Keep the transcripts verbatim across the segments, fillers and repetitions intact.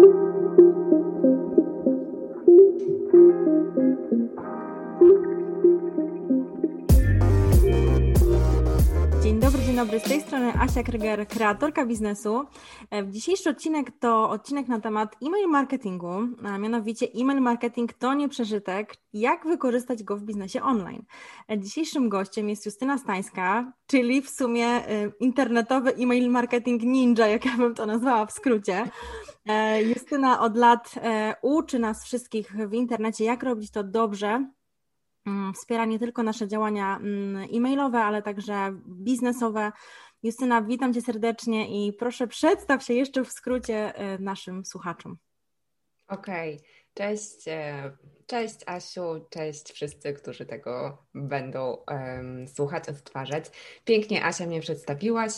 Dzień dobry, dzień dobry. Z tej strony Asia Kryger, kreatorka biznesu. Dzisiejszy odcinek to odcinek na temat e-mail marketingu, a mianowicie e-mail marketing to nie przeżytek, jak wykorzystać go w biznesie online. Dzisiejszym gościem jest Justyna Stańska, czyli w sumie internetowy e-mail marketing ninja, jak ja bym to nazwała w skrócie. Justyna od lat uczy nas wszystkich w internecie, jak robić to dobrze. Wspiera nie tylko nasze działania e-mailowe, ale także biznesowe. Justyna, witam Cię serdecznie i proszę przedstaw się jeszcze w skrócie naszym słuchaczom. Okej, okay. Cześć, cześć Asiu, cześć wszyscy, którzy tego będą um, słuchać, odtwarzać. Pięknie Asia mnie przedstawiłaś.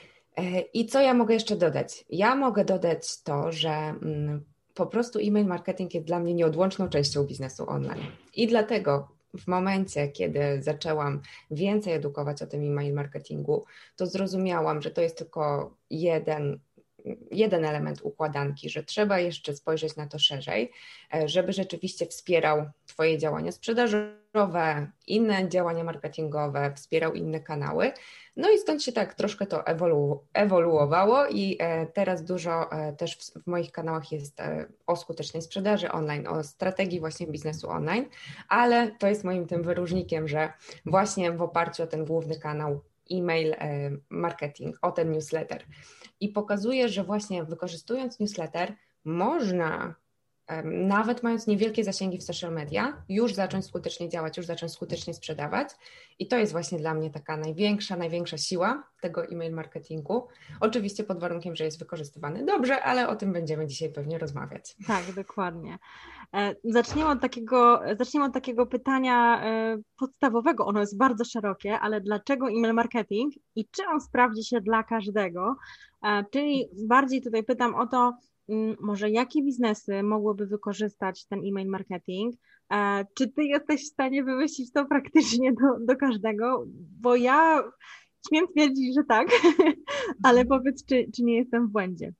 I co ja mogę jeszcze dodać? Ja mogę dodać to, że mm, po prostu e-mail marketing jest dla mnie nieodłączną częścią biznesu online. I dlatego w momencie, kiedy zaczęłam więcej edukować o tym e-mail marketingu, to zrozumiałam, że to jest tylko jeden, jeden element układanki, że trzeba jeszcze spojrzeć na to szerzej, żeby rzeczywiście wspierał Twoje działania sprzedażowe, inne działania marketingowe, wspierał inne kanały. No i stąd się tak troszkę to ewolu- ewoluowało i teraz dużo też w moich kanałach jest o skutecznej sprzedaży online, o strategii właśnie biznesu online, ale to jest moim tym wyróżnikiem, że właśnie w oparciu o ten główny kanał e-mail marketing, o ten newsletter. I pokazuje, że właśnie wykorzystując newsletter można, nawet mając niewielkie zasięgi w social media, już zacząć skutecznie działać, już zacząć skutecznie sprzedawać. I to jest właśnie dla mnie taka największa, największa siła tego e-mail marketingu. Oczywiście pod warunkiem, że jest wykorzystywany dobrze, ale o tym będziemy dzisiaj pewnie rozmawiać. Tak, dokładnie. Zaczniemy od takiego, zaczniemy od takiego pytania podstawowego. Ono jest bardzo szerokie, ale dlaczego e-mail marketing i czy on sprawdzi się dla każdego? Czyli bardziej tutaj pytam o to, może jakie biznesy mogłyby wykorzystać ten e-mail marketing? Czy ty jesteś w stanie wymyślić to praktycznie do, do każdego? Bo ja śmiem twierdzić, że tak, ale powiedz, czy, czy nie jestem w błędzie.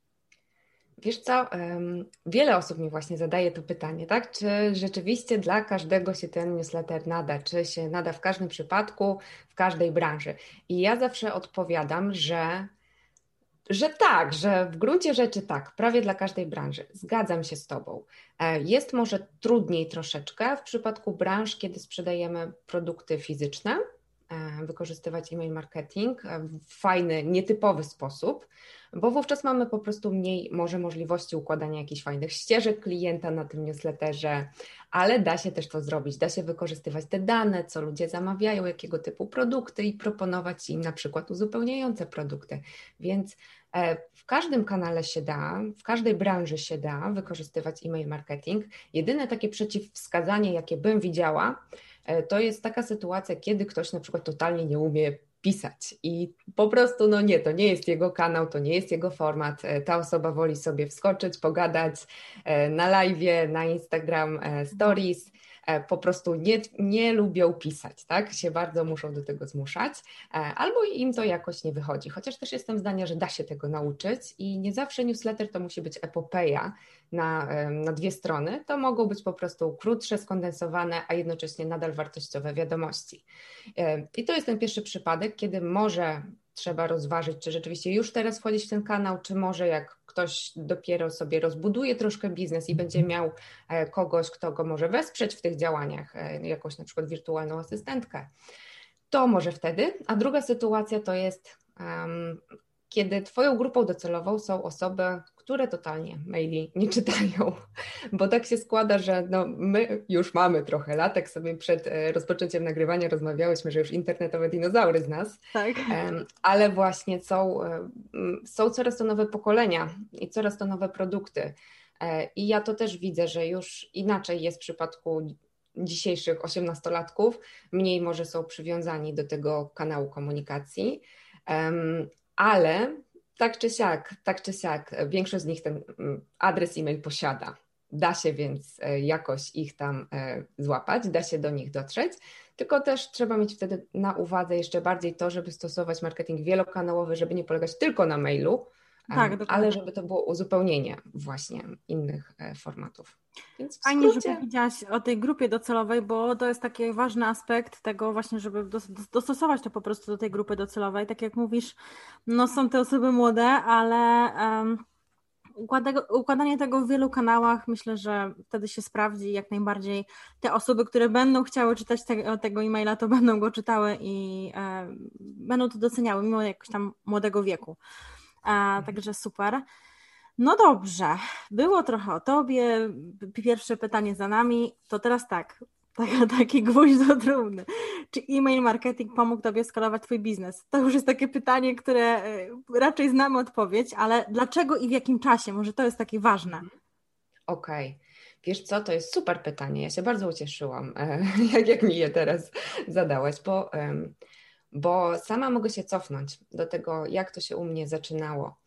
Wiesz co, wiele osób mi właśnie zadaje to pytanie, tak? Czy rzeczywiście dla każdego się ten newsletter nada? Czy się nada w każdym przypadku, w każdej branży? I ja zawsze odpowiadam, że Że tak, że w gruncie rzeczy tak, prawie dla każdej branży. Zgadzam się z Tobą. Jest może trudniej troszeczkę w przypadku branż, kiedy sprzedajemy produkty fizyczne, wykorzystywać e-mail marketing w fajny, nietypowy sposób, bo wówczas mamy po prostu mniej może możliwości układania jakichś fajnych ścieżek klienta na tym newsletterze, ale da się też to zrobić, da się wykorzystywać te dane, co ludzie zamawiają, jakiego typu produkty i proponować im na przykład uzupełniające produkty, więc w każdym kanale się da, w każdej branży się da wykorzystywać e-mail marketing. Jedyne takie przeciwwskazanie, jakie bym widziała, to jest taka sytuacja, kiedy ktoś na przykład totalnie nie umie pisać i po prostu no nie, to nie jest jego kanał, to nie jest jego format, ta osoba woli sobie wskoczyć, pogadać na live'ie, na Instagram Stories, po prostu nie, nie lubią pisać, tak, się bardzo muszą do tego zmuszać, albo im to jakoś nie wychodzi, chociaż też jestem zdania, że da się tego nauczyć i nie zawsze newsletter to musi być epopeja na, na dwie strony, to mogą być po prostu krótsze, skondensowane, a jednocześnie nadal wartościowe wiadomości. I to jest ten pierwszy przypadek, kiedy może trzeba rozważyć, czy rzeczywiście już teraz wchodzić w ten kanał, czy może jak ktoś dopiero sobie rozbuduje troszkę biznes i będzie miał kogoś, kto go może wesprzeć w tych działaniach, jakąś na przykład wirtualną asystentkę, to może wtedy. A druga sytuacja to jest, um, kiedy Twoją grupą docelową są osoby, które totalnie maili nie czytają, bo tak się składa, że no my już mamy trochę lat, tak sobie przed rozpoczęciem nagrywania rozmawiałyśmy, że już internetowe dinozaury z nas, tak. ale właśnie są, są coraz to nowe pokolenia i coraz to nowe produkty i ja to też widzę, że już inaczej jest w przypadku dzisiejszych osiemnastolatków, mniej może są przywiązani do tego kanału komunikacji, ale tak czy siak, tak czy siak, większość z nich ten adres e-mail posiada. Da się więc jakoś ich tam złapać, da się do nich dotrzeć, tylko też trzeba mieć wtedy na uwadze jeszcze bardziej to, żeby stosować marketing wielokanałowy, żeby nie polegać tylko na mailu, Tak, ale dokładnie. żeby to było uzupełnienie właśnie innych formatów. Więc w Fajnie, że skrócie... powiedziałaś o tej grupie docelowej, bo to jest taki ważny aspekt tego właśnie, żeby dos- dos- dostosować to po prostu do tej grupy docelowej. Tak jak mówisz, no są te osoby młode, ale um, układego- układanie tego w wielu kanałach myślę, że wtedy się sprawdzi jak najbardziej. Te osoby, które będą chciały czytać te, tego e-maila, to będą go czytały i e, będą to doceniały, mimo jakiegoś tam młodego wieku. A, także super. No dobrze, było trochę o tobie, pierwsze pytanie za nami, to teraz tak, taka, taki gwóźdź do trumny. Czy e-mail marketing pomógł tobie skalować twój biznes? To już jest takie pytanie, które e, raczej znamy odpowiedź, ale dlaczego i w jakim czasie? Może to jest takie ważne. Okej. Okay. Wiesz co, to jest super pytanie. Ja się bardzo ucieszyłam, jak, jak mi je teraz zadałaś, bo, bo sama mogę się cofnąć do tego, jak to się u mnie zaczynało.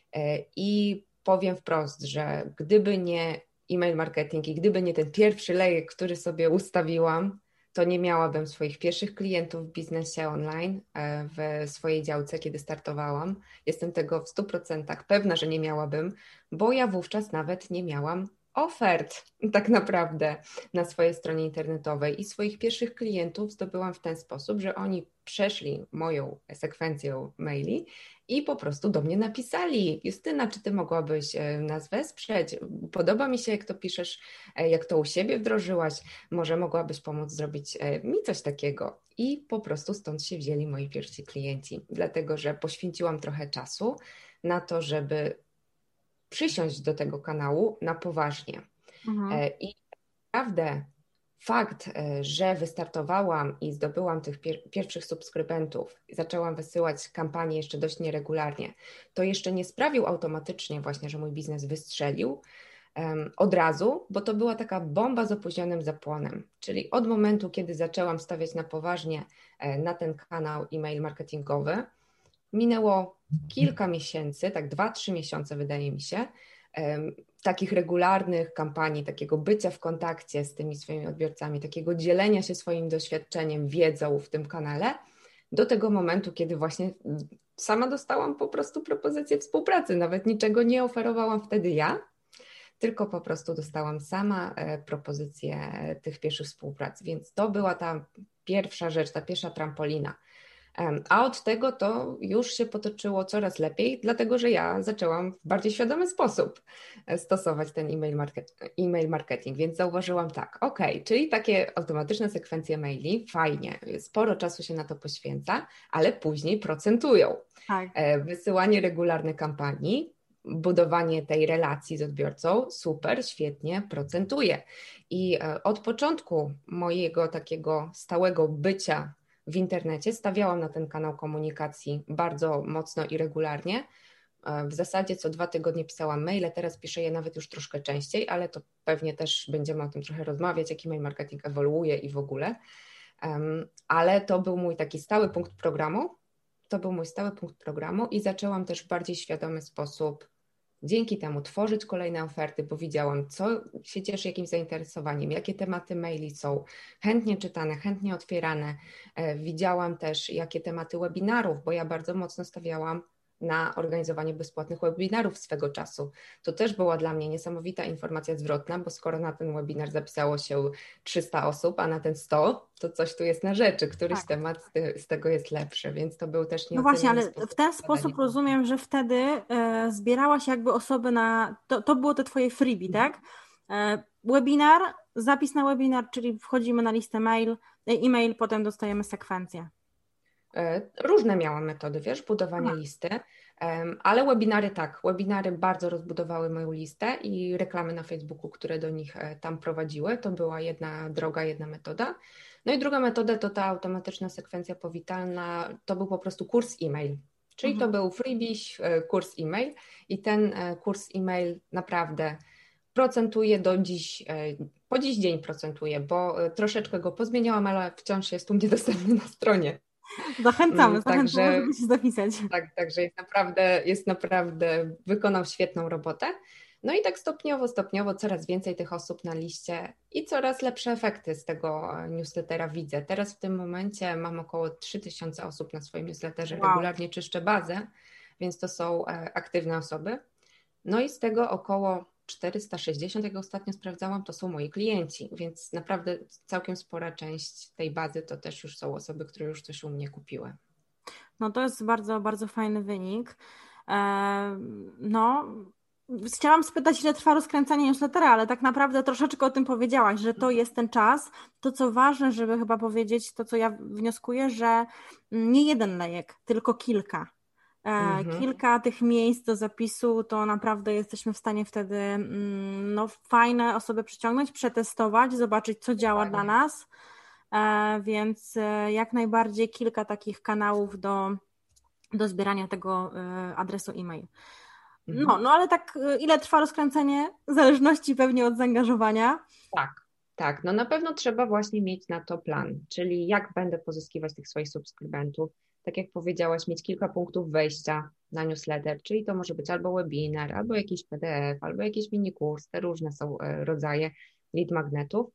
I powiem wprost, że gdyby nie e-mail marketing i gdyby nie ten pierwszy lejek, który sobie ustawiłam, to nie miałabym swoich pierwszych klientów w biznesie online w swojej działce, kiedy startowałam. Jestem tego w stu procentach pewna, że nie miałabym, bo ja wówczas nawet nie miałam ofert tak naprawdę na swojej stronie internetowej i swoich pierwszych klientów zdobyłam w ten sposób, że oni przeszli moją sekwencję maili i po prostu do mnie napisali: Justyna, czy ty mogłabyś nas wesprzeć? Podoba mi się, jak to piszesz, jak to u siebie wdrożyłaś, może mogłabyś pomóc zrobić mi coś takiego. I po prostu stąd się wzięli moi pierwsi klienci, dlatego że poświęciłam trochę czasu na to, żeby przysiąść do tego kanału na poważnie. Mhm. I naprawdę fakt, że wystartowałam i zdobyłam tych pier- pierwszych subskrybentów, zaczęłam wysyłać kampanie jeszcze dość nieregularnie, to jeszcze nie sprawił automatycznie właśnie, że mój biznes wystrzelił um, od razu, bo to była taka bomba z opóźnionym zapłonem. Czyli od momentu, kiedy zaczęłam stawiać na poważnie na ten kanał e-mail marketingowy, minęło kilka miesięcy, tak dwa, trzy miesiące wydaje mi się, takich regularnych kampanii, takiego bycia w kontakcie z tymi swoimi odbiorcami, takiego dzielenia się swoim doświadczeniem, wiedzą w tym kanale, do tego momentu, kiedy właśnie sama dostałam po prostu propozycję współpracy. Nawet niczego nie oferowałam wtedy ja, tylko po prostu dostałam sama propozycję tych pierwszych współprac. Więc to była ta pierwsza rzecz, ta pierwsza trampolina. A od tego to już się potoczyło coraz lepiej, dlatego że ja zaczęłam w bardziej świadomy sposób stosować ten e-mail, market, e-mail marketing, więc zauważyłam tak, ok, czyli takie automatyczne sekwencje maili, fajnie, sporo czasu się na to poświęca, ale później procentują. Tak. Wysyłanie regularnych kampanii, budowanie tej relacji z odbiorcą, super, świetnie, procentuje. I od początku mojego takiego stałego bycia w internecie stawiałam na ten kanał komunikacji bardzo mocno i regularnie. W zasadzie co dwa tygodnie pisałam maile, teraz piszę je nawet już troszkę częściej, ale to pewnie też będziemy o tym trochę rozmawiać, jaki mail marketing ewoluuje i w ogóle. Ale to był mój taki stały punkt programu. To był mój stały punkt programu i zaczęłam też w bardziej świadomy sposób dzięki temu tworzyć kolejne oferty, bo widziałam, co się cieszy jakimś zainteresowaniem, jakie tematy maili są chętnie czytane, chętnie otwierane. Widziałam też, jakie tematy webinarów, bo ja bardzo mocno stawiałam na organizowanie bezpłatnych webinarów swego czasu. To też była dla mnie niesamowita informacja zwrotna, bo skoro na ten webinar zapisało się trzysta osób, a na ten sto, to coś tu jest na rzeczy, któryś Tak. temat z tego jest lepszy, więc to był też No właśnie, nieoceniony ale sposób. w ten sposób rozumiem, że wtedy e, zbierałaś jakby osoby na, to, to było te twoje freebie, tak? E, webinar, zapis na webinar, czyli wchodzimy na listę mail, e-mail, potem dostajemy sekwencję. Różne miałam metody, wiesz, budowania Aha. listy, ale webinary tak, webinary bardzo rozbudowały moją listę i reklamy na Facebooku, które do nich tam prowadziły, to była jedna droga, jedna metoda. No i druga metoda to ta automatyczna sekwencja powitalna, to był po prostu kurs e-mail, czyli Mhm. to był freebies, kurs e-mail i ten kurs e-mail naprawdę procentuje do dziś, po dziś dzień procentuje, bo troszeczkę go pozmieniałam, ale wciąż jest u mnie dostępny na stronie. Zachęcamy, zachęcamy, Także, żeby się zapisać. tak, także jest naprawdę, jest naprawdę, wykonał świetną robotę. No i tak stopniowo, stopniowo coraz więcej tych osób na liście i coraz lepsze efekty z tego newslettera widzę. Teraz w tym momencie mam około trzy tysiące osób na swoim newsletterze, Wow. regularnie czyszczę bazę, więc to są aktywne osoby. No i z tego około czterysta sześćdziesiąt, jak ostatnio sprawdzałam, to są moi klienci, więc naprawdę całkiem spora część tej bazy to też już są osoby, które już coś u mnie kupiły. No to jest bardzo, bardzo fajny wynik. No, chciałam spytać, ile trwa rozkręcanie newslettera, ale tak naprawdę troszeczkę o tym powiedziałaś, że to jest ten czas. To, co ważne, żeby chyba powiedzieć, to co ja wnioskuję, że nie jeden lejek, tylko kilka. Mhm. Kilka tych miejsc do zapisu, to naprawdę jesteśmy w stanie wtedy no, fajne osoby przyciągnąć, przetestować, zobaczyć, co działa dla nas, więc jak najbardziej kilka takich kanałów do, do zbierania tego adresu e-mail. No, no ale tak ile trwa rozkręcenie? W zależności pewnie od zaangażowania. Tak, tak. No na pewno trzeba właśnie mieć na to plan, czyli jak będę pozyskiwać tych swoich subskrybentów. Tak jak powiedziałaś, mieć kilka punktów wejścia na newsletter, czyli to może być albo webinar, albo jakiś P D F, albo jakiś mini kurs, te różne są rodzaje lead magnetów.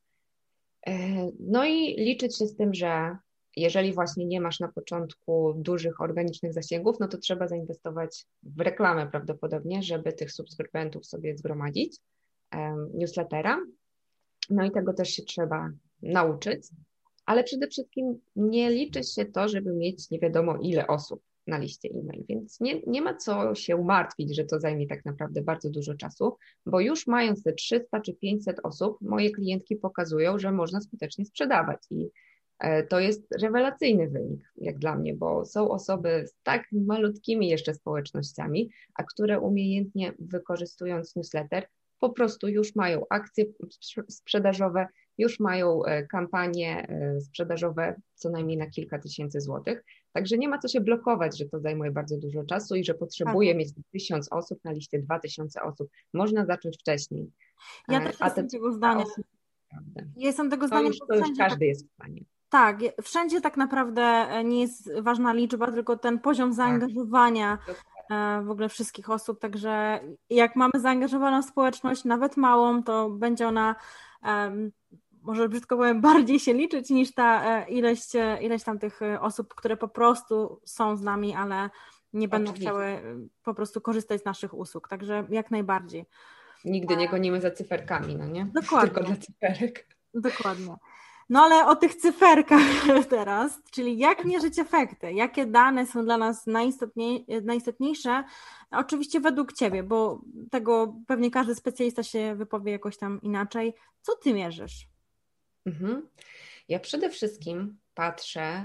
No i liczyć się z tym, że jeżeli właśnie nie masz na początku dużych organicznych zasięgów, no to trzeba zainwestować w reklamę prawdopodobnie, żeby tych subskrybentów sobie zgromadzić, newslettera. No i tego też się trzeba nauczyć, ale przede wszystkim nie liczy się to, żeby mieć nie wiadomo ile osób na liście e-mail, więc nie, nie ma co się martwić, że to zajmie tak naprawdę bardzo dużo czasu, bo już mając te trzysta czy pięćset osób, moje klientki pokazują, że można skutecznie sprzedawać i to jest rewelacyjny wynik, jak dla mnie, bo są osoby z tak malutkimi jeszcze społecznościami, a które umiejętnie wykorzystując newsletter, po prostu już mają akcje sprzedażowe, już mają kampanie sprzedażowe co najmniej na kilka tysięcy złotych. Także nie ma co się blokować, że to zajmuje bardzo dużo czasu i że potrzebuje mieć tysiąc osób na liście, dwa tysiące osób. Można zacząć wcześniej. Ja też jestem te, tego zdania. Osób, ja jestem tego zdania, to już, to już każdy tak, jest w stanie. Tak, wszędzie tak naprawdę nie jest ważna liczba, tylko ten poziom zaangażowania tak. w ogóle wszystkich osób, także jak mamy zaangażowaną społeczność, nawet małą, to będzie ona, um, może brzydko powiem, bardziej się liczyć niż ta ileś, ileś tam tych osób, które po prostu są z nami, ale nie będą Oczywiście. chciały po prostu korzystać z naszych usług, także jak najbardziej. Nigdy nie gonimy za cyferkami, no nie? Dokładnie. Tylko dla cyferek. Dokładnie. No ale o tych cyferkach teraz, czyli jak mierzyć efekty, jakie dane są dla nas najistotniej, najistotniejsze, oczywiście według Ciebie, bo tego pewnie każdy specjalista się wypowie jakoś tam inaczej. Co Ty mierzysz? Mhm. Ja przede wszystkim patrzę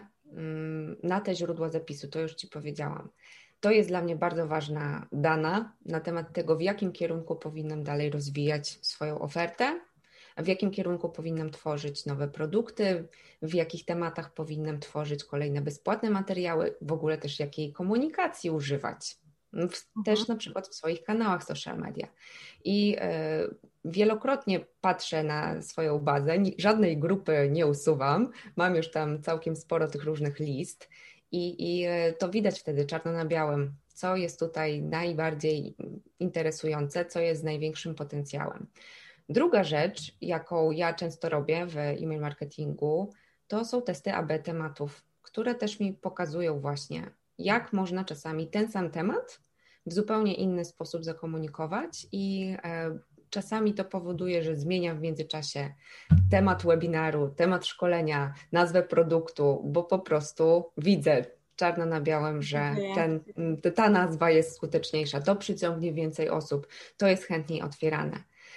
na te źródła zapisu, to już Ci powiedziałam. To jest dla mnie bardzo ważna dana na temat tego, w jakim kierunku powinnam dalej rozwijać swoją ofertę, w jakim kierunku powinnam tworzyć nowe produkty, w jakich tematach powinnam tworzyć kolejne bezpłatne materiały, w ogóle też jakiej komunikacji używać, w, też na przykład w swoich kanałach social media. I y, wielokrotnie patrzę na swoją bazę, żadnej grupy nie usuwam, mam już tam całkiem sporo tych różnych list i, i to widać wtedy czarno na białym, co jest tutaj najbardziej interesujące, co jest z największym potencjałem. Druga rzecz, jaką ja często robię w e-mail marketingu, to są testy A B tematów, które też mi pokazują właśnie, jak można czasami ten sam temat w zupełnie inny sposób zakomunikować i e, czasami to powoduje, że zmieniam w międzyczasie temat webinaru, temat szkolenia, nazwę produktu, bo po prostu widzę czarno na białym, że ten, ta nazwa jest skuteczniejsza, to przyciągnie więcej osób, to jest chętniej otwierane.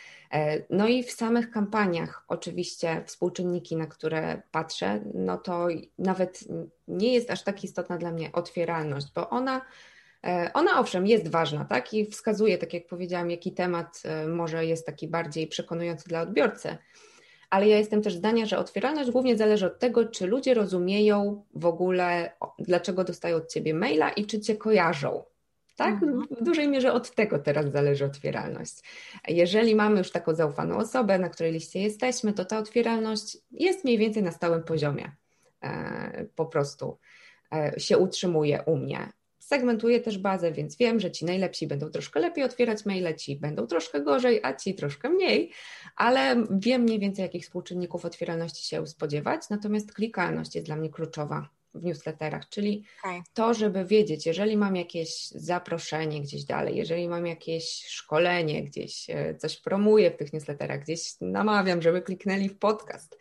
No i w samych kampaniach oczywiście współczynniki, na które patrzę, no to nawet nie jest aż tak istotna dla mnie otwieralność, bo ona, ona owszem jest ważna, tak, i wskazuje, tak jak powiedziałam, jaki temat może jest taki bardziej przekonujący dla odbiorcy, ale ja jestem też zdania, że otwieralność głównie zależy od tego, czy ludzie rozumieją w ogóle, dlaczego dostają od Ciebie maila i czy Cię kojarzą. Tak? W dużej mierze od tego teraz zależy otwieralność. Jeżeli mamy już taką zaufaną osobę, na której liście jesteśmy, to ta otwieralność jest mniej więcej na stałym poziomie. Po prostu się utrzymuje u mnie. Segmentuję też bazę, więc wiem, że ci najlepsi będą troszkę lepiej otwierać maile, ci będą troszkę gorzej, a ci troszkę mniej, ale wiem mniej więcej, jakich współczynników otwieralności się spodziewać, natomiast klikalność jest dla mnie kluczowa. w newsletterach, czyli okay. to, żeby wiedzieć, jeżeli mam jakieś zaproszenie gdzieś dalej, jeżeli mam jakieś szkolenie gdzieś, coś promuję w tych newsletterach, gdzieś namawiam, żeby kliknęli w podcast,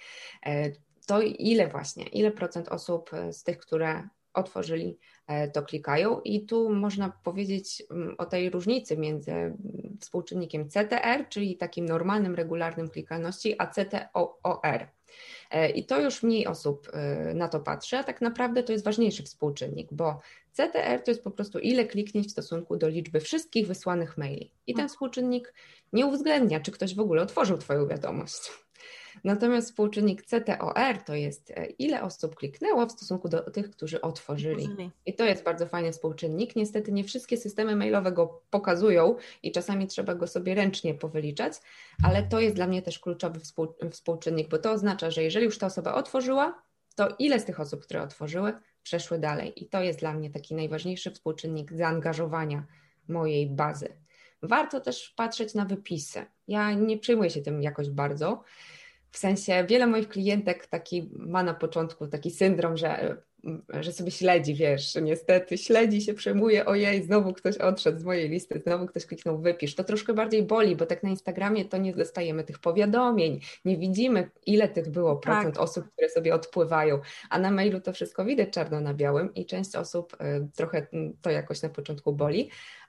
to ile właśnie, ile procent osób z tych, które otworzyli, to klikają i tu można powiedzieć o tej różnicy między współczynnikiem C T R, czyli takim normalnym, regularnym klikalności, a C T O R. I to już mniej osób na to patrzy, a tak naprawdę to jest ważniejszy współczynnik, bo C T R to jest po prostu ile kliknięć w stosunku do liczby wszystkich wysłanych maili. I ten współczynnik nie uwzględnia, czy ktoś w ogóle otworzył Twoją wiadomość. Natomiast współczynnik C T O R to jest ile osób kliknęło w stosunku do tych, którzy otworzyli. I to jest bardzo fajny współczynnik. Niestety nie wszystkie systemy mailowe go pokazują i czasami trzeba go sobie ręcznie powyliczać, ale to jest dla mnie też kluczowy współ, współczynnik, bo to oznacza, że jeżeli już ta osoba otworzyła, to ile z tych osób, które otworzyły, przeszły dalej. I to jest dla mnie taki najważniejszy współczynnik zaangażowania mojej bazy. Warto też patrzeć na wypisy. Ja nie przejmuję się tym jakoś bardzo. W sensie wiele moich klientek taki ma na początku taki syndrom, że, że sobie śledzi, wiesz, niestety śledzi się, przejmuje, ojej, znowu ktoś odszedł z mojej listy, znowu ktoś kliknął wypisz. To troszkę bardziej boli, bo tak na Instagramie to nie dostajemy tych powiadomień, nie widzimy, ile tych było procent tak. osób, które sobie odpływają, a na mailu to wszystko widać czarno na białym i część osób y, trochę to jakoś na początku boli.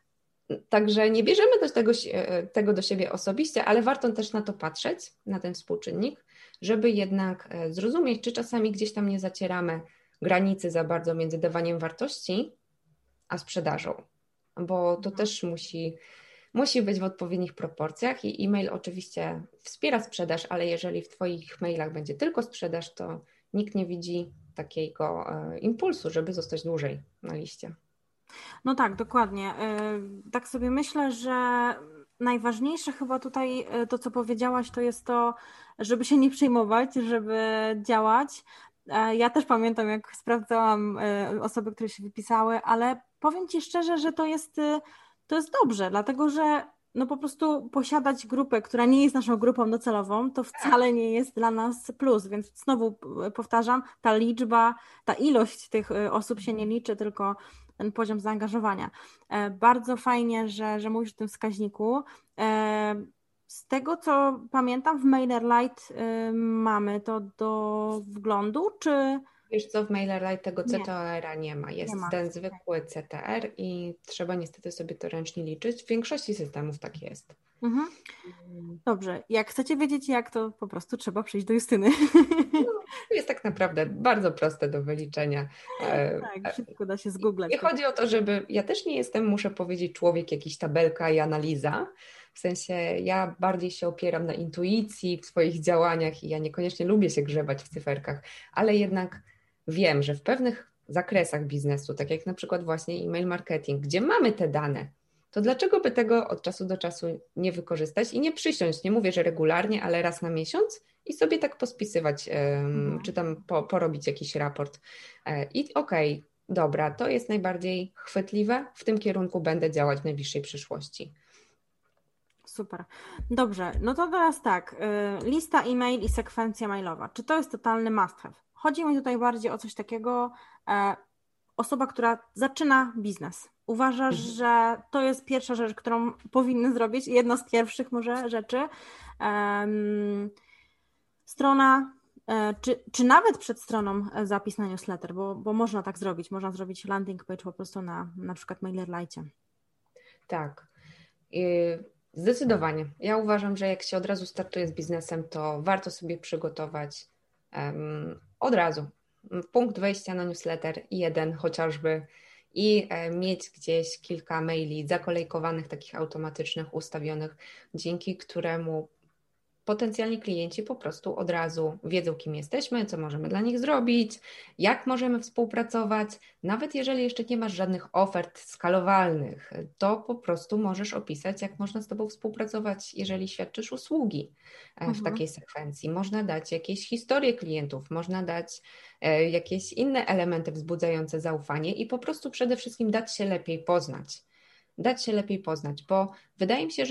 Także nie bierzemy też tego, tego do siebie osobiście, ale warto też na to patrzeć, na ten współczynnik, żeby jednak zrozumieć, czy czasami gdzieś tam nie zacieramy granicy za bardzo między dawaniem wartości a sprzedażą, bo to też musi, musi być w odpowiednich proporcjach i e-mail oczywiście wspiera sprzedaż, ale jeżeli w Twoich mailach będzie tylko sprzedaż, to nikt nie widzi takiego impulsu, żeby zostać dłużej na liście. No tak, dokładnie. Tak sobie myślę, że najważniejsze chyba tutaj to, co powiedziałaś, to jest to, żeby się nie przejmować, żeby działać. Ja też pamiętam, jak sprawdzałam osoby, które się wypisały, ale powiem Ci szczerze, że to jest, to jest dobrze, dlatego że no po prostu posiadać grupę, która nie jest naszą grupą docelową, to wcale nie jest dla nas plus, więc znowu powtarzam, ta liczba, ta ilość tych osób się nie liczy, tylko ten poziom zaangażowania. Bardzo fajnie, że, że mówisz o tym wskaźniku. Z tego, co pamiętam, w MailerLite mamy to do wglądu, czy... Wiesz co, w MailerLite tego C T O R-a nie ma. Jest nie ma. ten zwykły C T R i trzeba niestety sobie to ręcznie liczyć. W większości systemów tak jest. Mhm. Dobrze. Jak chcecie wiedzieć jak, to po prostu trzeba przyjść do Justyny. No, jest tak naprawdę bardzo proste do wyliczenia. Tak, wszystko da się zgooglać. Nie chodzi o to, żeby... Ja też nie jestem, muszę powiedzieć, człowiek, jakiś tabelka i analiza. W sensie ja bardziej się opieram na intuicji w swoich działaniach i ja niekoniecznie lubię się grzebać w cyferkach, ale jednak wiem, że w pewnych zakresach biznesu, tak jak na przykład właśnie e-mail marketing, gdzie mamy te dane, to dlaczego by tego od czasu do czasu nie wykorzystać i nie przysiąść, nie mówię, że regularnie, ale raz na miesiąc i sobie tak pospisywać, mhm. czy tam po, porobić jakiś raport. I okej, okay, dobra, to jest najbardziej chwytliwe, w tym kierunku będę działać w najbliższej przyszłości. Super. Dobrze, no to teraz tak, lista e-mail i sekwencja mailowa. Czy to jest totalny must have? Chodzi mi tutaj bardziej o coś takiego, osoba, która zaczyna biznes. Uważasz, mhm. że to jest pierwsza rzecz, którą powinny zrobić, jedna z pierwszych może rzeczy. Um, strona, czy, czy nawet przed stroną zapis na newsletter, bo, bo można tak zrobić, można zrobić landing page po prostu na na przykład MailerLite. Tak. Y- Zdecydowanie. Ja uważam, że jak się od razu startuje z biznesem, to warto sobie przygotować um, od razu punkt wejścia na newsletter jeden chociażby i um, mieć gdzieś kilka maili zakolejkowanych, takich automatycznych, ustawionych, dzięki któremu potencjalni klienci po prostu od razu wiedzą, kim jesteśmy, co możemy dla nich zrobić, jak możemy współpracować. Nawet jeżeli jeszcze nie masz żadnych ofert skalowalnych, to po prostu możesz opisać, jak można z Tobą współpracować, jeżeli świadczysz usługi w mhm. takiej sekwencji. Można dać jakieś historie klientów, można dać jakieś inne elementy wzbudzające zaufanie i po prostu przede wszystkim dać się lepiej poznać. Dać się lepiej poznać, bo wydaje mi się, że już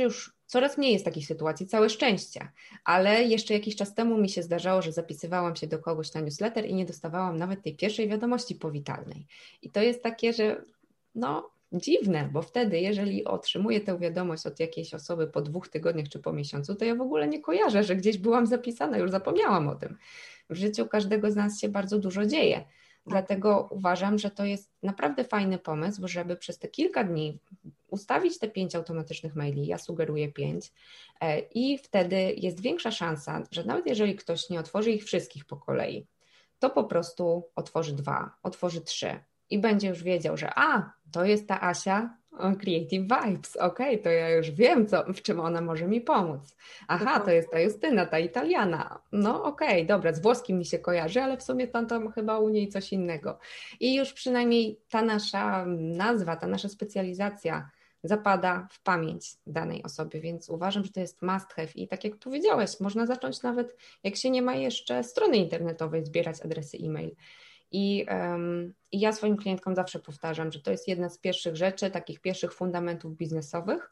Coraz mniej jest takich sytuacji, całe szczęście, ale jeszcze jakiś czas temu mi się zdarzało, że zapisywałam się do kogoś na newsletter i nie dostawałam nawet tej pierwszej wiadomości powitalnej. I to jest takie, że no dziwne, bo wtedy, jeżeli otrzymuję tę wiadomość od jakiejś osoby po dwóch tygodniach czy po miesiącu, to ja w ogóle nie kojarzę, że gdzieś byłam zapisana, już zapomniałam o tym. W życiu każdego z nas się bardzo dużo dzieje. Dlatego uważam, że to jest naprawdę fajny pomysł, żeby przez te kilka dni ustawić te pięć automatycznych maili, ja sugeruję pięć, i wtedy jest większa szansa, że nawet jeżeli ktoś nie otworzy ich wszystkich po kolei, to po prostu otworzy dwa, otworzy trzy i będzie już wiedział, że a, to jest ta Asia Creative Vibes, okej, okay, to ja już wiem, co, w czym ona może mi pomóc. Aha, to jest ta Justyna, ta Italiana. No okej, okay, dobra, z włoskim mi się kojarzy, ale w sumie tam, tam chyba u niej coś innego. I już przynajmniej ta nasza nazwa, ta nasza specjalizacja zapada w pamięć danej osobie, więc uważam, że to jest must have i tak jak powiedziałeś, można zacząć nawet, jak się nie ma jeszcze strony internetowej, zbierać adresy e-mail. I, um, I ja swoim klientkom zawsze powtarzam, że to jest jedna z pierwszych rzeczy, takich pierwszych fundamentów biznesowych,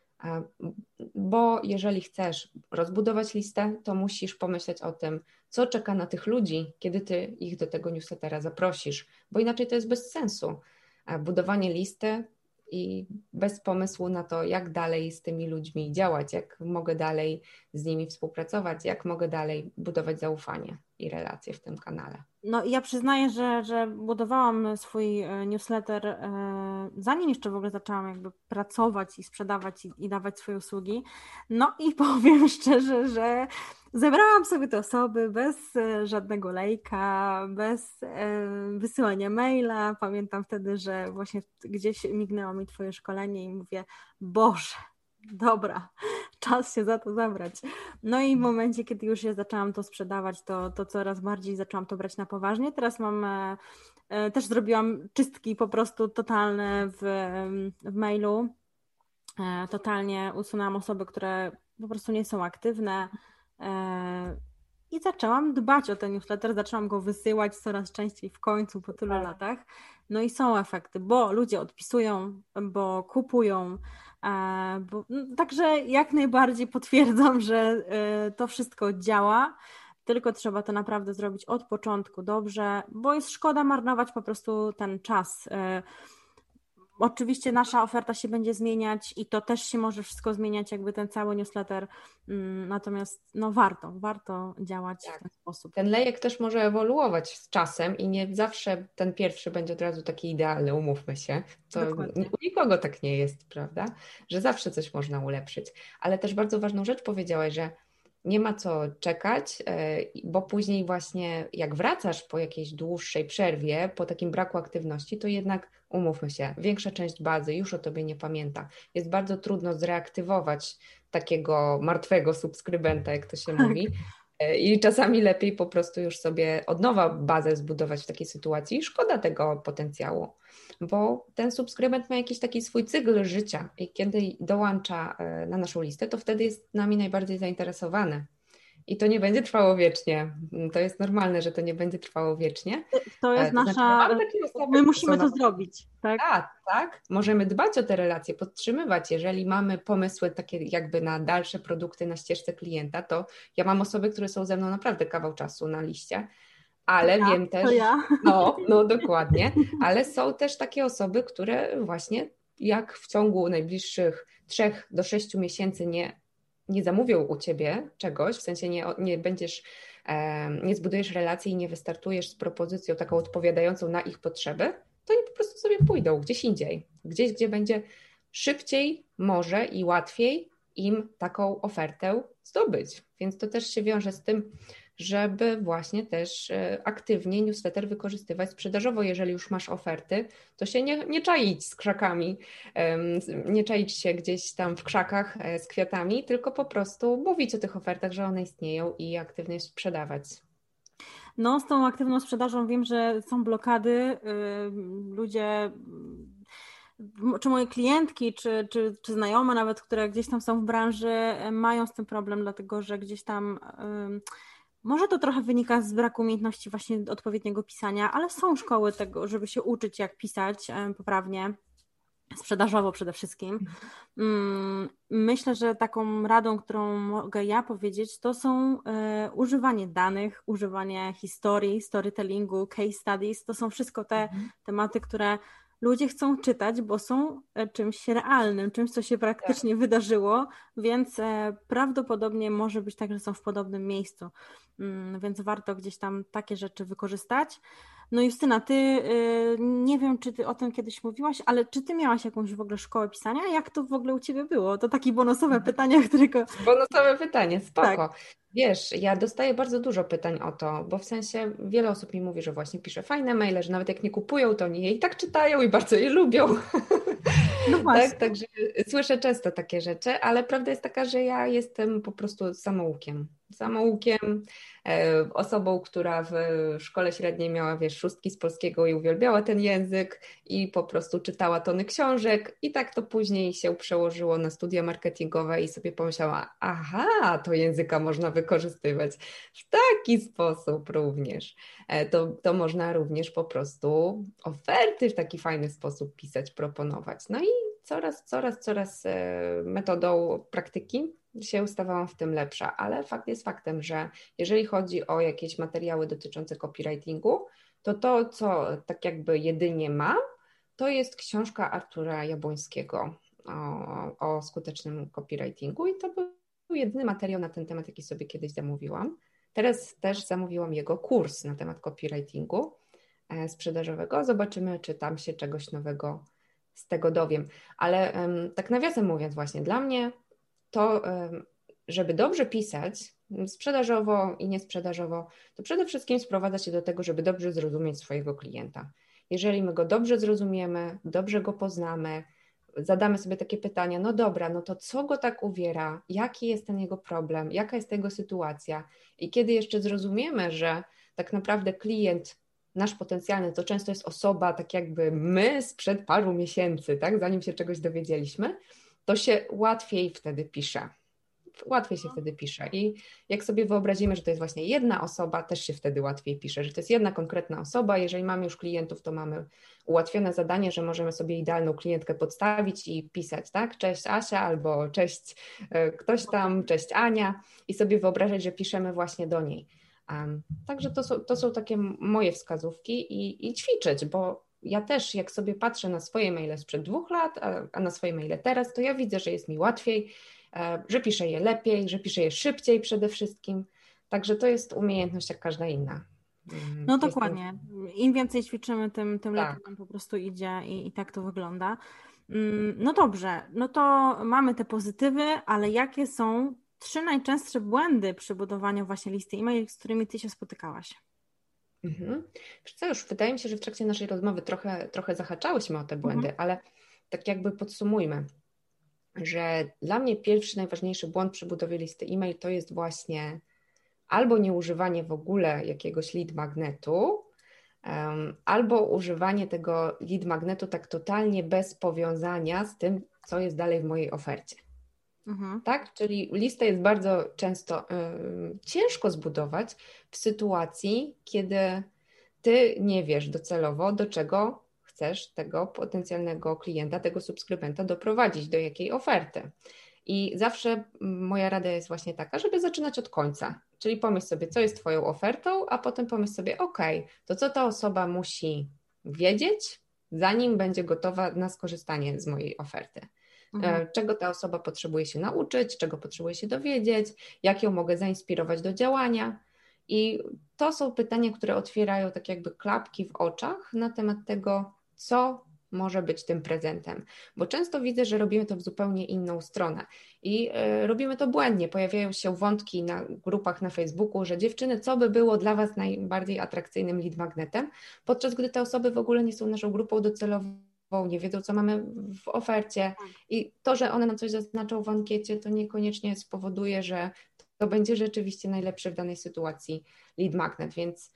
bo jeżeli chcesz rozbudować listę, to musisz pomyśleć o tym, co czeka na tych ludzi, kiedy ty ich do tego newslettera zaprosisz, bo inaczej to jest bez sensu. Budowanie listy i bez pomysłu na to, jak dalej z tymi ludźmi działać, jak mogę dalej z nimi współpracować, jak mogę dalej budować zaufanie i relacje w tym kanale. No ja przyznaję, że, że budowałam swój newsletter zanim jeszcze w ogóle zaczęłam jakby pracować i sprzedawać i, i dawać swoje usługi. No i powiem szczerze, że zebrałam sobie te osoby bez żadnego lejka, bez wysyłania maila. Pamiętam wtedy, że właśnie gdzieś mignęło mi twoje szkolenie i mówię, Boże, dobra, czas się za to zabrać. No i w momencie, kiedy już ja zaczęłam to sprzedawać, to, to coraz bardziej zaczęłam to brać na poważnie. Teraz mam, e, też zrobiłam czystki po prostu totalne w, w mailu. E, totalnie usunęłam osoby, które po prostu nie są aktywne e, i zaczęłam dbać o ten newsletter, zaczęłam go wysyłać coraz częściej w końcu po tylu tak. latach. No i są efekty, bo ludzie odpisują, bo kupują. Bo, no, także jak najbardziej potwierdzam, że to wszystko działa, tylko trzeba to naprawdę zrobić od początku dobrze, bo jest szkoda marnować po prostu ten czas. Oczywiście nasza oferta się będzie zmieniać i to też się może wszystko zmieniać, jakby ten cały newsletter, natomiast no warto, warto działać tak. w ten sposób. Ten lejek też może ewoluować z czasem i nie zawsze ten pierwszy będzie od razu taki idealny, umówmy się. To Dokładnie. U nikogo tak nie jest, prawda? Że zawsze coś można ulepszyć. Ale też bardzo ważną rzecz powiedziałaś, że nie ma co czekać, bo później właśnie jak wracasz po jakiejś dłuższej przerwie, po takim braku aktywności, to jednak umówmy się, większa część bazy już o tobie nie pamięta. Jest bardzo trudno zreaktywować takiego martwego subskrybenta, jak to się tak. mówi. I czasami lepiej po prostu już sobie od nowa bazę zbudować w takiej sytuacji. Szkoda tego potencjału, bo ten subskrybent ma jakiś taki swój cykl życia i kiedy dołącza na naszą listę, to wtedy jest nami najbardziej zainteresowany. I to nie będzie trwało wiecznie. To jest normalne, że to nie będzie trwało wiecznie. To jest to nasza... Znaczy, osoby, my musimy to na... zrobić. Tak? tak, tak. Możemy dbać o te relacje, podtrzymywać. Jeżeli mamy pomysły takie jakby na dalsze produkty na ścieżce klienta, to ja mam osoby, które są ze mną naprawdę kawał czasu na liście, ale ja, wiem też... Ja. No, no dokładnie. Ale są też takie osoby, które właśnie jak w ciągu najbliższych trzech do sześciu miesięcy nie nie zamówią u ciebie czegoś, w sensie nie, nie będziesz, e, nie zbudujesz relacji i nie wystartujesz z propozycją taką odpowiadającą na ich potrzeby, to oni po prostu sobie pójdą gdzieś indziej, gdzieś, gdzie będzie szybciej może i łatwiej im taką ofertę zdobyć. Więc to też się wiąże z tym, żeby właśnie też aktywnie newsletter wykorzystywać sprzedażowo. Jeżeli już masz oferty, to się nie, nie czaić z krzakami, nie czaić się gdzieś tam w krzakach z kwiatami, tylko po prostu mówić o tych ofertach, że one istnieją i aktywnie sprzedawać. No, z tą aktywną sprzedażą wiem, że są blokady, ludzie... czy moje klientki, czy, czy, czy znajome nawet, które gdzieś tam są w branży, mają z tym problem, dlatego że gdzieś tam może to trochę wynika z braku umiejętności właśnie odpowiedniego pisania, ale są szkoły tego, żeby się uczyć jak pisać poprawnie. sprzedażowo przede wszystkim. Myślę, że taką radą, którą mogę ja powiedzieć, to są e, używanie danych, używanie historii, storytellingu, case studies. To są wszystko te mhm. tematy, które ludzie chcą czytać, bo są czymś realnym, czymś, co się praktycznie tak. wydarzyło, więc e, prawdopodobnie może być tak, że są w podobnym miejscu. Mm, więc warto gdzieś tam takie rzeczy wykorzystać. No Justyna, ty, y, nie wiem, czy ty o tym kiedyś mówiłaś, ale czy ty miałaś jakąś w ogóle szkołę pisania? Jak to w ogóle u ciebie było? To takie bonusowe pytanie, którego... Bonusowe pytanie, spoko. Tak. Wiesz, ja dostaję bardzo dużo pytań o to, bo w sensie wiele osób mi mówi, że właśnie pisze fajne maile, że nawet jak nie kupują, to oni je i tak czytają i bardzo je lubią. No właśnie. Tak, także słyszę często takie rzeczy, ale prawda jest taka, że ja jestem po prostu samoukiem. Samoukiem, e, osobą, która w szkole średniej miała, wiesz, szóstki z polskiego i uwielbiała ten język i po prostu czytała tony książek i tak to później się przełożyło na studia marketingowe i sobie pomyślała, aha, to języka można wykorzystywać w taki sposób również. E, to, to można również po prostu oferty w taki fajny sposób pisać, proponować. No i coraz, coraz, coraz metodą praktyki się stawałam w tym lepsza, ale fakt jest faktem, że jeżeli chodzi o jakieś materiały dotyczące copywritingu, to to, co tak jakby jedynie mam, to jest książka Artura Jabłońskiego o, o skutecznym copywritingu i to był jedyny materiał na ten temat, jaki sobie kiedyś zamówiłam. Teraz też zamówiłam jego kurs na temat copywritingu sprzedażowego. Zobaczymy, czy tam się czegoś nowego z tego dowiem. Ale um, tak nawiasem mówiąc właśnie, dla mnie to, um, żeby dobrze pisać sprzedażowo i niesprzedażowo, to przede wszystkim sprowadza się do tego, żeby dobrze zrozumieć swojego klienta. Jeżeli my go dobrze zrozumiemy, dobrze go poznamy, zadamy sobie takie pytania, no dobra, no to co go tak uwiera, jaki jest ten jego problem, jaka jest jego sytuacja i kiedy jeszcze zrozumiemy, że tak naprawdę klient nasz potencjalny to często jest osoba, tak jakby my sprzed paru miesięcy, tak, zanim się czegoś dowiedzieliśmy, to się łatwiej wtedy pisze. Łatwiej się wtedy pisze. I jak sobie wyobrazimy, że to jest właśnie jedna osoba, też się wtedy łatwiej pisze, że to jest jedna konkretna osoba. Jeżeli mamy już klientów, to mamy ułatwione zadanie, że możemy sobie idealną klientkę podstawić i pisać, tak? Cześć Asia albo cześć ktoś tam, cześć Ania i sobie wyobrażać, że piszemy właśnie do niej. Um, także to są, to są takie moje wskazówki i, i ćwiczyć, bo ja też jak sobie patrzę na swoje maile sprzed dwóch lat, a, a na swoje maile teraz, to ja widzę, że jest mi łatwiej, e, że piszę je lepiej, że piszę je szybciej przede wszystkim, także to jest umiejętność jak każda inna. Um, no dokładnie, jestem... im więcej ćwiczymy, tym, tym tak. lepiej nam po prostu idzie i, i tak to wygląda. Um, no dobrze, no to mamy te pozytywy, ale jakie są trzy najczęstsze błędy przy budowaniu właśnie listy e-mail, z którymi ty się spotykałaś? Mhm. Wiesz co, już wydaje mi się, że w trakcie naszej rozmowy trochę, trochę zahaczałyśmy o te błędy, mhm. ale tak jakby podsumujmy, że dla mnie pierwszy, najważniejszy błąd przy budowie listy e-mail to jest właśnie albo nieużywanie w ogóle jakiegoś lead magnetu, um, albo używanie tego lead magnetu tak totalnie bez powiązania z tym, co jest dalej w mojej ofercie. Mhm. Tak? Czyli listę jest bardzo często y, ciężko zbudować w sytuacji, kiedy ty nie wiesz docelowo, do czego chcesz tego potencjalnego klienta, tego subskrybenta doprowadzić, do jakiej oferty. I zawsze moja rada jest właśnie taka, żeby zaczynać od końca. Czyli pomyśl sobie, co jest twoją ofertą, a potem pomyśl sobie, ok, to co ta osoba musi wiedzieć, zanim będzie gotowa na skorzystanie z mojej oferty. Mhm. Czego ta osoba potrzebuje się nauczyć, czego potrzebuje się dowiedzieć, jak ją mogę zainspirować do działania. I to są pytania, które otwierają tak jakby klapki w oczach na temat tego, co może być tym prezentem. Bo często widzę, że robimy to w zupełnie inną stronę i y, robimy to błędnie. Pojawiają się wątki na grupach na Facebooku, że dziewczyny, co by było dla Was najbardziej atrakcyjnym lead magnetem, podczas gdy te osoby w ogóle nie są naszą grupą docelową, nie wiedzą, co mamy w ofercie i to, że one nam coś zaznaczą w ankiecie, to niekoniecznie spowoduje, że to będzie rzeczywiście najlepszy w danej sytuacji lead magnet, więc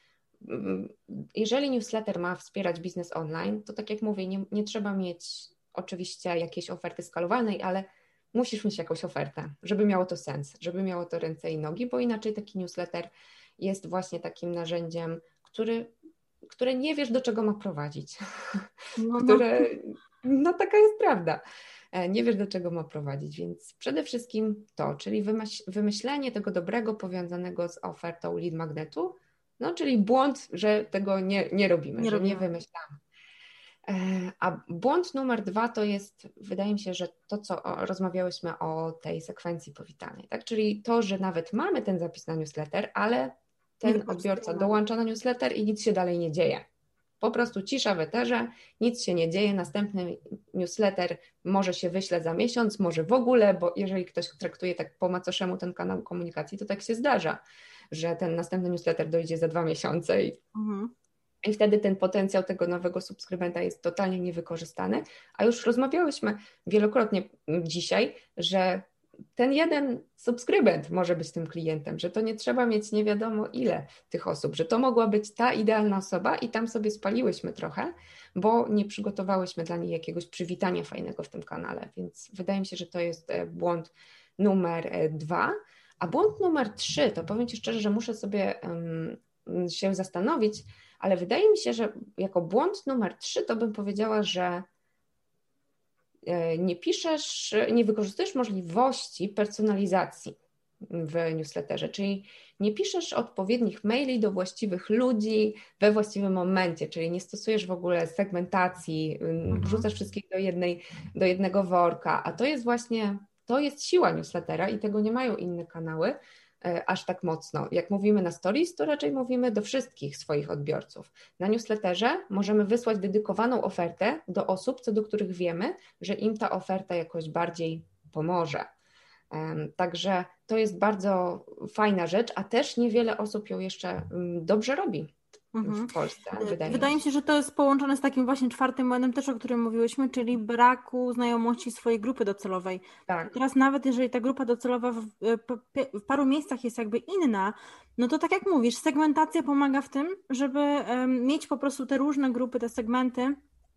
jeżeli newsletter ma wspierać biznes online, to tak jak mówię, nie, nie trzeba mieć oczywiście jakiejś oferty skalowalnej, ale musisz mieć jakąś ofertę, żeby miało to sens, żeby miało to ręce i nogi, bo inaczej taki newsletter jest właśnie takim narzędziem, który które nie wiesz, do czego ma prowadzić, no, które No taka jest prawda. Nie wiesz, do czego ma prowadzić, więc przede wszystkim to, czyli wymyśl, wymyślenie tego dobrego, powiązanego z ofertą lead magnetu, no czyli błąd, że tego nie, nie robimy, Nie że robimy. nie wymyślamy. A błąd numer dwa to jest, wydaje mi się, że to, co rozmawiałyśmy o tej sekwencji powitanej, tak? Czyli to, że nawet mamy ten zapis na newsletter, ale ten odbiorca dołącza na newsletter i nic się dalej nie dzieje. Po prostu cisza w eterze, nic się nie dzieje, następny newsletter może się wyśle za miesiąc, może w ogóle, bo jeżeli ktoś traktuje tak po macoszemu ten kanał komunikacji, to tak się zdarza, że ten następny newsletter dojdzie za dwa miesiące i mhm. I wtedy ten potencjał tego nowego subskrybenta jest totalnie niewykorzystany, a już rozmawiałyśmy wielokrotnie dzisiaj, że ten jeden subskrybent może być tym klientem, że to nie trzeba mieć nie wiadomo ile tych osób, że to mogła być ta idealna osoba i tam sobie spaliłyśmy trochę, bo nie przygotowałyśmy dla niej jakiegoś przywitania fajnego w tym kanale, więc wydaje mi się, że to jest błąd numer dwa, a błąd numer trzy, to powiem Ci szczerze, że muszę sobie um, się zastanowić, ale wydaje mi się, że jako błąd numer trzy to bym powiedziała, że nie piszesz, nie wykorzystujesz możliwości personalizacji w newsletterze, czyli nie piszesz odpowiednich maili do właściwych ludzi we właściwym momencie, czyli nie stosujesz w ogóle segmentacji, mhm. wrzucasz wszystkich do, jednej, do jednego worka, a to jest właśnie, to jest siła newslettera i tego nie mają inne kanały aż tak mocno. Jak mówimy na stories, to raczej mówimy do wszystkich swoich odbiorców. Na newsletterze możemy wysłać dedykowaną ofertę do osób, co do których wiemy, że im ta oferta jakoś bardziej pomoże. Także to jest bardzo fajna rzecz, a też niewiele osób ją jeszcze dobrze robi w Polsce. Wydaje, wydaje mi się, że to jest połączone z takim właśnie czwartym błędem też, o którym mówiłyśmy, czyli braku znajomości swojej grupy docelowej. Tak. Teraz nawet jeżeli ta grupa docelowa w, w paru miejscach jest jakby inna, no to tak jak mówisz, segmentacja pomaga w tym, żeby mieć po prostu te różne grupy, te segmenty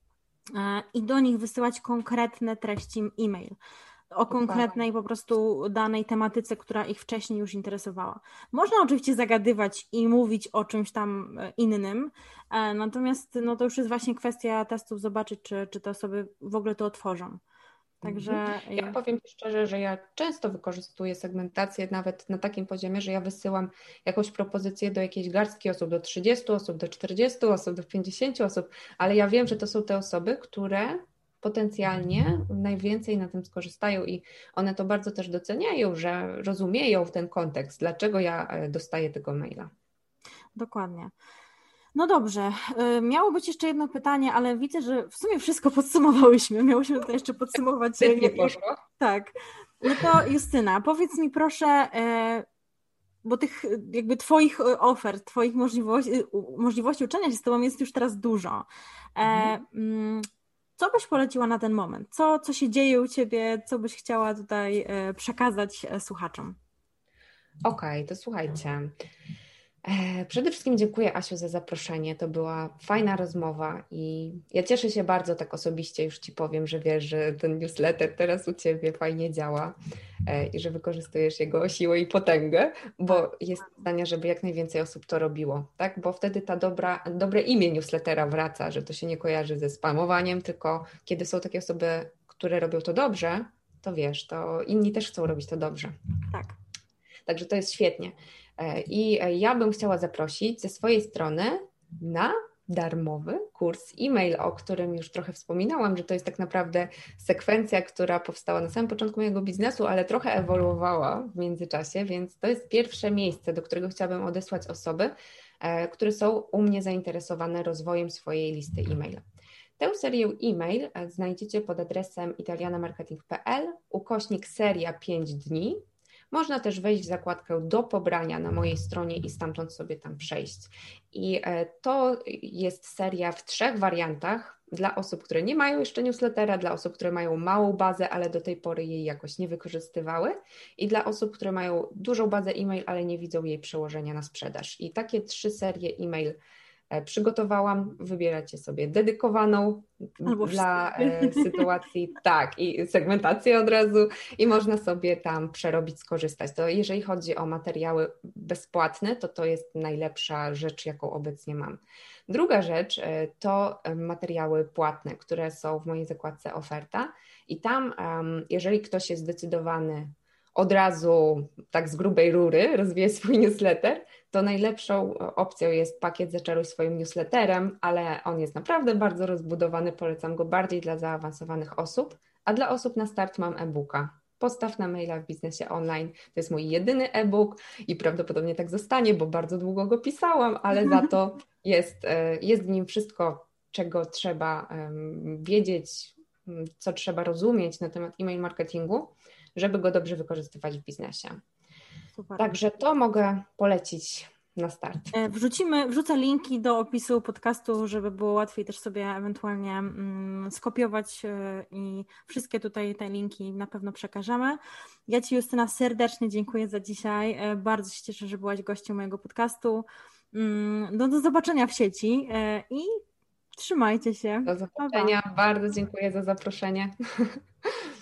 i do nich wysyłać konkretne treści e-mail. O konkretnej po prostu danej tematyce, która ich wcześniej już interesowała. Można oczywiście zagadywać i mówić o czymś tam innym, natomiast no to już jest właśnie kwestia testów, zobaczyć, czy, czy te osoby w ogóle to otworzą. Także... Ja powiem Ci szczerze, że ja często wykorzystuję segmentację nawet na takim poziomie, że ja wysyłam jakąś propozycję do jakiejś garstki osób, do trzydziestu osób, do czterdziestu osób, do pięćdziesięciu osób, ale ja wiem, że to są te osoby, które potencjalnie najwięcej na tym skorzystają i one to bardzo też doceniają, że rozumieją ten kontekst, dlaczego ja dostaję tego maila. Dokładnie. No dobrze, miało być jeszcze jedno pytanie, ale widzę, że w sumie wszystko podsumowałyśmy. Miałyśmy tutaj jeszcze podsumować. Świetnie poszło. Tak. No to Justyna, powiedz mi proszę, bo tych jakby Twoich ofert, Twoich możliwości, możliwości uczenia się z Tobą jest już teraz dużo. Mhm. Co byś poleciła na ten moment? Co, co się dzieje u Ciebie? Co byś chciała tutaj przekazać słuchaczom? Okej, okay, to słuchajcie. Przede wszystkim dziękuję, Asiu, za zaproszenie. To była fajna rozmowa i ja cieszę się bardzo tak osobiście, już Ci powiem, że wiesz, że ten newsletter teraz u Ciebie fajnie działa i że wykorzystujesz jego siłę i potęgę, bo jest zdania, żeby jak najwięcej osób to robiło, tak? Bo wtedy ta dobra, dobre imię newslettera wraca, że to się nie kojarzy ze spamowaniem, tylko kiedy są takie osoby, które robią to dobrze, to wiesz, to inni też chcą robić to dobrze. Tak. Także to jest świetnie. I ja bym chciała zaprosić ze swojej strony na darmowy kurs e-mail, o którym już trochę wspominałam, że to jest tak naprawdę sekwencja, która powstała na samym początku mojego biznesu, ale trochę ewoluowała w międzyczasie, więc to jest pierwsze miejsce, do którego chciałabym odesłać osoby, które są u mnie zainteresowane rozwojem swojej listy e-mail. Tę serię e-mail znajdziecie pod adresem italianamarketing.pl ukośnik seria pięć dni. Można też wejść w zakładkę do pobrania na mojej stronie i stamtąd sobie tam przejść. I to jest seria w trzech wariantach dla osób, które nie mają jeszcze newslettera, dla osób, które mają małą bazę, ale do tej pory jej jakoś nie wykorzystywały i dla osób, które mają dużą bazę e-mail, ale nie widzą jej przełożenia na sprzedaż. I takie trzy serie e-mail przygotowałam, wybieracie sobie dedykowaną Albo dla sytuacji, tak, i segmentację od razu i można sobie tam przerobić, skorzystać. To jeżeli chodzi o materiały bezpłatne, to to jest najlepsza rzecz, jaką obecnie mam. Druga rzecz to materiały płatne, które są w mojej zakładce oferta i tam, jeżeli ktoś jest zdecydowany od razu tak z grubej rury rozwijać swój newsletter, to najlepszą opcją jest pakiet Zaczaruj swoim newsletterem, ale on jest naprawdę bardzo rozbudowany, polecam go bardziej dla zaawansowanych osób, a dla osób na start mam e-booka. Postaw na maila w biznesie online. To jest mój jedyny e-book i prawdopodobnie tak zostanie, bo bardzo długo go pisałam, ale za to jest, jest w nim wszystko, czego trzeba wiedzieć, co trzeba rozumieć na temat e-mail marketingu, żeby go dobrze wykorzystywać w biznesie. Super. Także to mogę polecić na start. Wrzucimy, wrzucę linki do opisu podcastu, żeby było łatwiej też sobie ewentualnie mm, skopiować i wszystkie tutaj te linki na pewno przekażemy. Ja Ci, Justyna, serdecznie dziękuję za dzisiaj. Bardzo się cieszę, że byłaś gościem mojego podcastu. No, do zobaczenia w sieci i trzymajcie się. Do zobaczenia. Pa, pa. Bardzo dziękuję za zaproszenie.